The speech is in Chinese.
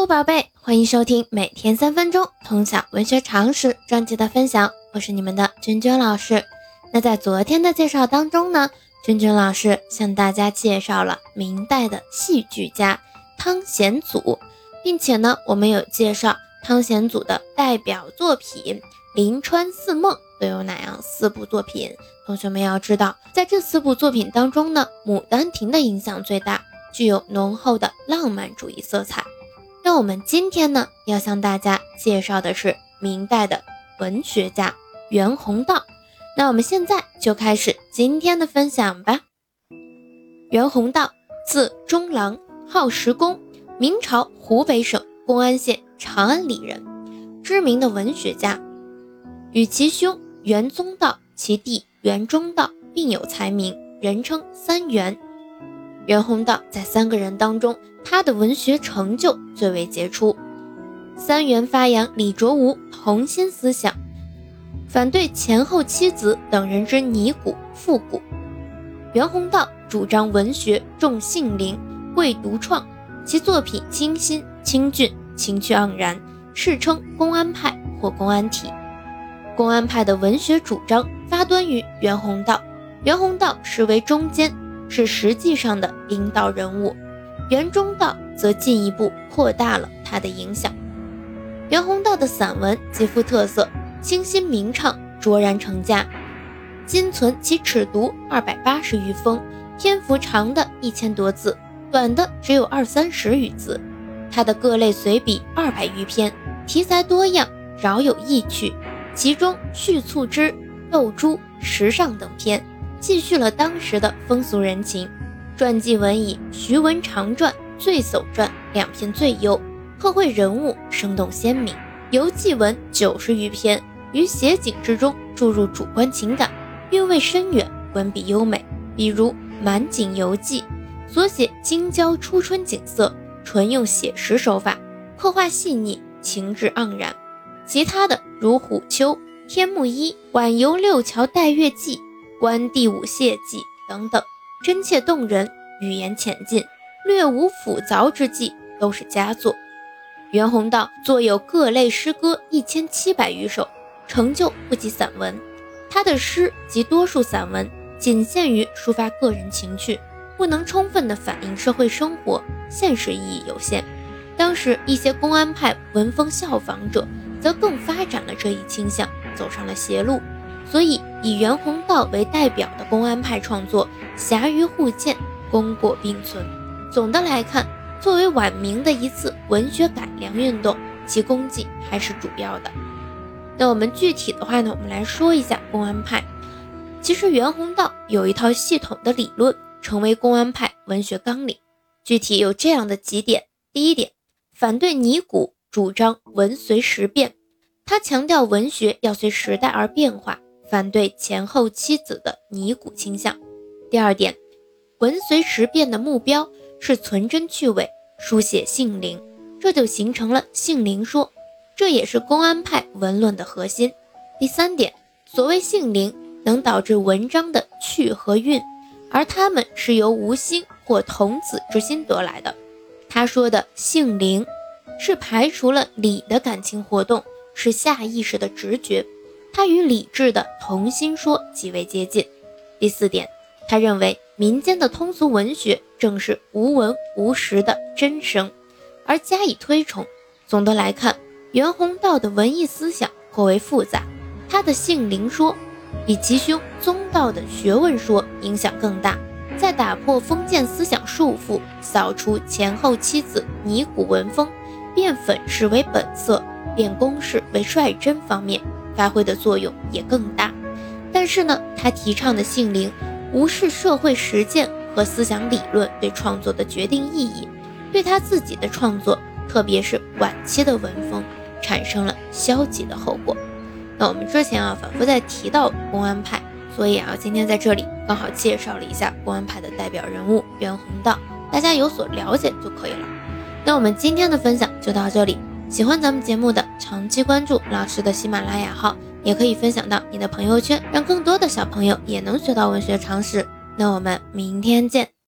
宝贝，欢迎收听每天3分钟通晓文学常识专辑的分享，我是你们的君君老师。那在昨天的介绍当中呢，君君老师向大家介绍了明代的戏剧家汤显祖，并且呢我们有介绍汤显祖的代表作品《临川四梦》都有哪样4部作品。同学们要知道，在这4部作品当中呢，牡丹亭的影响最大，具有浓厚的浪漫主义色彩。那我们今天呢要向大家介绍的是明代的文学家袁宏道。那我们现在就开始今天的分享吧。袁宏道字中郎，号石公，明朝湖北省公安县长安里人，知名的文学家，与其兄袁宗道、其弟袁中道并有才名，人称三袁。袁宏道在3个人当中，他的文学成就最为杰出。三袁发扬李卓吾同心思想，反对前后妻子等人之尼古复古。袁宏道主张文学重性灵，贵独创，其作品清新清俊，情趣盎然，世称公安派或公安体。公安派的文学主张发端于袁宏道，袁宏道实为中坚，是实际上的领导人物，袁中道则进一步扩大了他的影响。袁宏道的散文极富特色，清新明畅，卓然成家。今存其尺牍280余封，篇幅长的1000多字，短的只有20-30余字。他的各类随笔200余篇，题材多样，饶有意趣，其中续促之、斗珠、时尚等篇记叙了当时的风俗人情。传记文以徐文长传、醉叟传2篇最优，特绘人物生动鲜明。游记文90余篇，于写景之中注入主观情感，韵味深远，文笔优美。比如《满景游记》所写京郊初春景色，纯用写实手法，刻画细腻，情致盎然。其他的如《虎丘》《天目一》《晚游六桥待月记》《观第五谢记》等等，真切动人，语言浅近，略无斧凿之迹，都是佳作。袁宏道作有各类诗歌1700余首，成就不及散文。他的诗及多数散文仅限于抒发个人情趣，不能充分地反映社会生活，现实意义有限。当时一些公安派文风效仿者则更发展了这一倾向，走上了邪路。所以以袁宏道为代表的公安派创作狭于互鉴，功过并存。总的来看，作为晚明的一次文学改良运动，其功绩还是主要的。那我们具体的话呢，我们来说一下公安派。其实袁宏道有一套系统的理论，成为公安派文学纲领，具体有这样的几点。第一点，反对尼古，主张文随时变。他强调文学要随时代而变化，反对前后妻子的尼古倾向。第二点，文随时变的目标是存真趣味，书写性灵，这就形成了性灵说，这也是公安派文论的核心。第三点，所谓性灵能导致文章的趣和韵，而它们是由无心或童子之心得来的。他说的性灵是排除了理的感情活动，是下意识的直觉，它与理智的同心说极为接近。第四点，他认为民间的通俗文学正是无文无实的真声，而加以推崇。总的来看，袁宏道的文艺思想颇为复杂，他的性灵说比其兄宗道的学问说影响更大，在打破封建思想束缚，扫除前后妻子尼古文风，变粉饰为本色，变公式为率真方面发挥的作用也更大。但是呢，他提倡的性灵无视社会实践和思想理论对创作的决定意义，对他自己的创作，特别是晚期的文风产生了消极的后果。那我们之前反复在提到公安派，所以今天在这里刚好介绍了一下公安派的代表人物袁宏道，大家有所了解就可以了。那我们今天的分享就到这里，喜欢咱们节目的长期关注老师的喜马拉雅号，也可以分享到你的朋友圈，让更多的小朋友也能学到文学常识。那我们明天见。